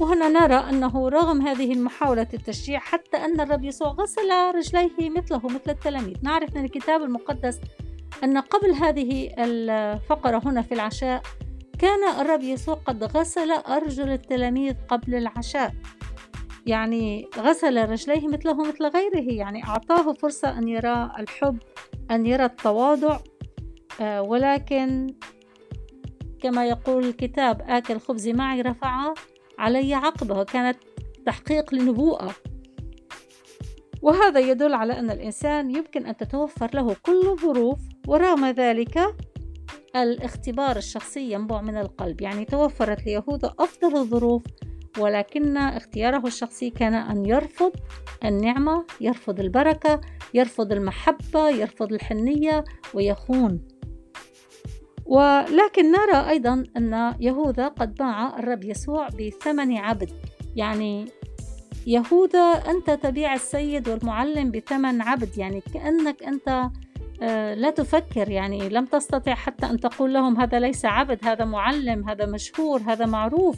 وهنا نرى أنه رغم هذه المحاولة التشجيع حتى أن الرب يسوع غسل رجليه مثل التلاميذ. نعرف من الكتاب المقدس أن قبل هذه الفقرة هنا في العشاء كان الرب يسوع قد غسل أرجل التلاميذ قبل العشاء، يعني غسل رجليه مثل غيره، يعني أعطاه فرصة أن يرى الحب، أن يرى التواضع. ولكن كما يقول الكتاب آكل خبزي معي رفع علي عقبه، وكانت تحقيق لنبوءة. وهذا يدل على أن الإنسان يمكن أن تتوفر له كل الظروف، ورغم ذلك الاختبار الشخصي ينبع من القلب. يعني توفرت ليهوذا أفضل الظروف، ولكن اختياره الشخصي كان أن يرفض النعمة، يرفض البركة، يرفض المحبة، يرفض الحنية، ويخون. ولكن نرى أيضا أن يهوذا قد باع الرب يسوع بثمن عبد. يعني يهوذا أنت تبيع السيد والمعلم بثمن عبد، يعني كأنك أنت لا تفكر، يعني لم تستطع حتى أن تقول لهم هذا ليس عبد، هذا معلم، هذا مشهور، هذا معروف.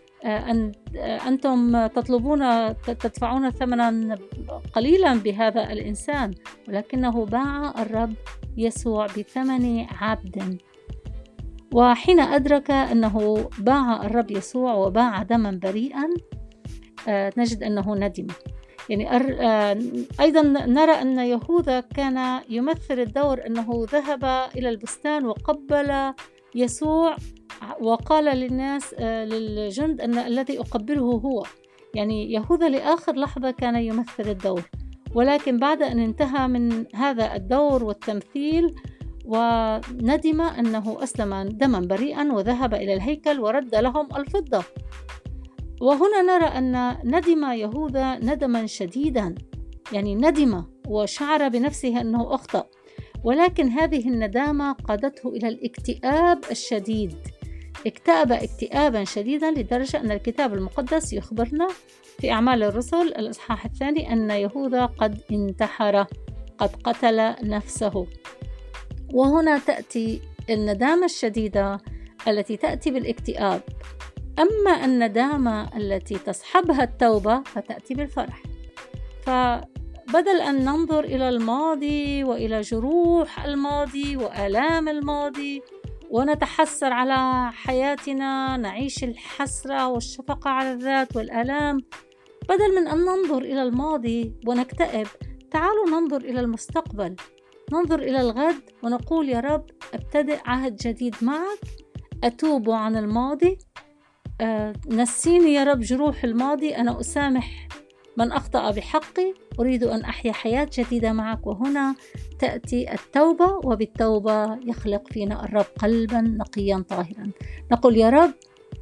أنتم تدفعون ثمنا قليلا بهذا الإنسان، ولكنه باع الرب يسوع بثمن عبد. وحين أدرك أنه باع الرب يسوع وباع دما بريئا نجد أنه ندم. يعني أيضا نرى أن يهوذا كان يمثل الدور، أنه ذهب إلى البستان وقبل يسوع وقال للناس للجند أن الذي أقبله هو. يعني يهوذا لآخر لحظة كان يمثل الدور، ولكن بعد أن انتهى من هذا الدور والتمثيل وندم أنه أسلم دما بريئا وذهب إلى الهيكل ورد لهم الفضة. وهنا نرى أن ندم يهوذا ندما شديدا، يعني ندم وشعر بنفسه أنه أخطأ، ولكن هذه الندامة قادته إلى الاكتئاب الشديد. اكتئب اكتئابا شديدا لدرجة أن الكتاب المقدس يخبرنا في أعمال الرسل الإصحاح 2 أن يهوذا قد انتحر، قد قتل نفسه. وهنا تأتي الندامة الشديدة التي تأتي بالاكتئاب. أما الندامة التي تصحبها التوبة فتأتي بالفرح. فبدل أن ننظر إلى الماضي وإلى جروح الماضي وآلام الماضي ونتحسر على حياتنا، نعيش الحسرة والشفقة على الذات والآلام، بدل من أن ننظر إلى الماضي ونكتئب، تعالوا ننظر إلى المستقبل، ننظر إلى الغد ونقول يا رب أبتدئ عهد جديد معك، أتوب عن الماضي، نسيني يا رب جروح الماضي، أنا أسامح من أخطأ بحقي، أريد أن أحيا حياة جديدة معك. وهنا تأتي التوبة، وبالتوبة يخلق فينا الرب قلبا نقيا طاهرا. نقول يا رب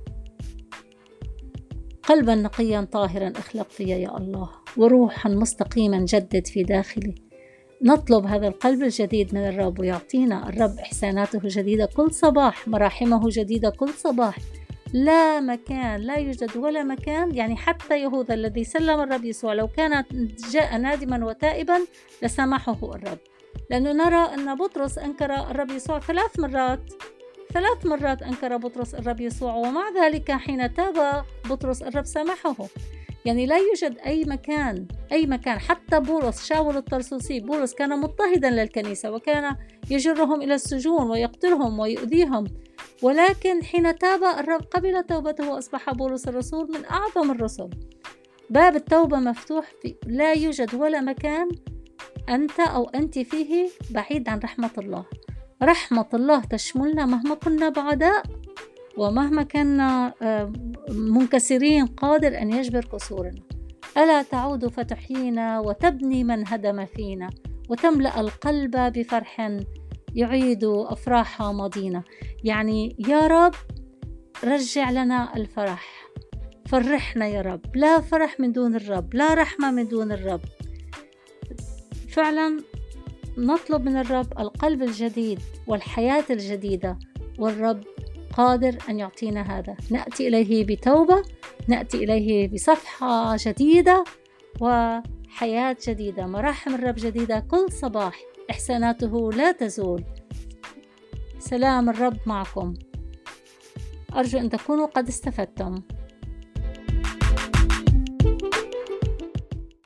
قلبا نقيا طاهرا اخلق في يا الله، وروحا مستقيما جدد في داخلي. نطلب هذا القلب الجديد من الرب، ويعطينا الرب إحساناته جديدة كل صباح، مراحمه جديدة كل صباح. لا مكان، لا يوجد ولا مكان. يعني حتى يهوذا الذي سلم الرب يسوع لو كان جاء نادما وتائبا لسامحه الرب، لأنه نرى أن بطرس أنكر الرب يسوع 3 مرات أنكر بطرس الرب يسوع، ومع ذلك حين تاب بطرس الرب سامحه. يعني لا يوجد أي مكان. حتى بولس شاول الطرسوسي، بولس كان مضطهدا للكنيسة وكان يجرهم إلى السجون ويقتلهم ويؤذيهم، ولكن حين تاب الرب قبل توبته وأصبح بولس الرسول من أعظم الرسل. باب التوبة مفتوح، لا يوجد ولا مكان أنت أو أنت فيه بعيد عن رحمة الله. رحمة الله تشملنا مهما كنا بعداء ومهما كنا منكسرين، قادر أن يجبر كسورنا. ألا تعود فتحيينا وتبني من هدم فينا، وتملأ القلب بفرح يعيد أفراح ماضينا. يعني يا رب رجع لنا الفرح، فرحنا يا رب. لا فرح من دون الرب، لا رحمة من دون الرب. فعلا نطلب من الرب القلب الجديد والحياة الجديدة، والرب قادر أن يعطينا هذا. نأتي إليه بتوبة، نأتي إليه بصفحة جديدة وحياة جديدة، مراحم الرب جديدة كل صباح، إحساناته لا تزول. سلام الرب معكم. أرجو أن تكونوا قد استفدتم.